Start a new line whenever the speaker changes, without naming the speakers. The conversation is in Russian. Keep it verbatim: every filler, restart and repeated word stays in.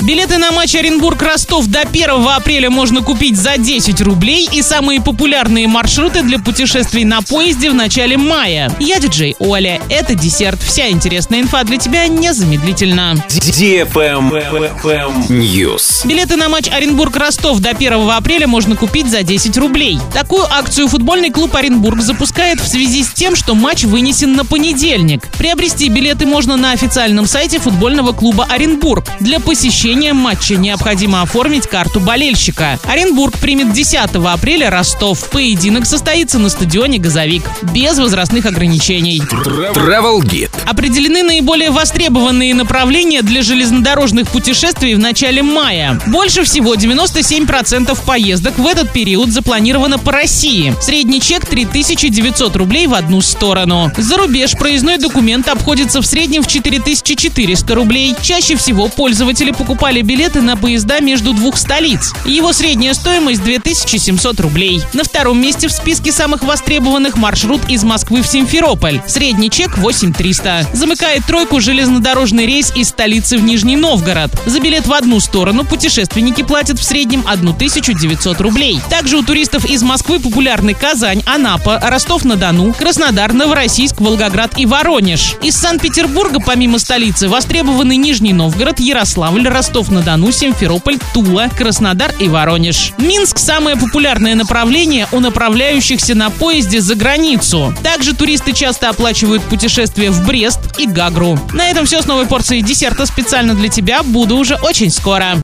Билеты на матч Оренбург-Ростов до первого апреля можно купить за десять рублей, и самые популярные маршруты для путешествий на поезде в начале мая. Я диджей Оля, это десерт. Вся интересная инфа для тебя незамедлительно.
News.
Билеты на матч Оренбург-Ростов до первого апреля можно купить за десять рублей. Такую акцию футбольный клуб Оренбург запускает в связи с тем, что матч вынесен на понедельник. Приобрести билеты можно на официальном сайте футбольного клуба Оренбург. Для посещения матча необходимо оформить карту болельщика. Оренбург примет десятого апреля Ростов. Поединок состоится на стадионе «Газовик». Без возрастных ограничений.
Travel Guide.
Определены наиболее востребованные направления для железнодорожных путешествий в начале мая. Больше всего девяносто семь процентов поездок в этот период запланировано по России. Средний чек три тысячи девятьсот рублей в одну сторону. За рубеж проездной документ обходится в среднем в четыре тысячи четыреста рублей. Чаще всего пользователи покупали билеты на поезда между двух столиц. Его средняя стоимость две тысячи семьсот рублей. На втором месте в списке самых востребованных маршрут из Москвы в Симферополь. Средний чек восемь тысяч триста. Замыкает тройку железнодорожный рейс из столицы в Нижний Новгород. За билет в одну сторону путешественники платят в среднем тысячу девятьсот рублей. Также у туристов из Москвы популярны Казань, Анапа, Ростов-на-Дону, Краснодар, Новороссийск, Волгоград и Воронеж. Из Санкт-Петербурга, помимо столицы, востребованы Нижний Новгород, Ярославль, Ростов-на-Дону, Симферополь, Тула, Краснодар и Воронеж. Минск – самое популярное направление у направляющихся на поезде за границу. Также туристы часто оплачивают путешествия в Брест и Гагру. На этом все с новой порцией десерта специально для тебя. Буду уже очень скоро.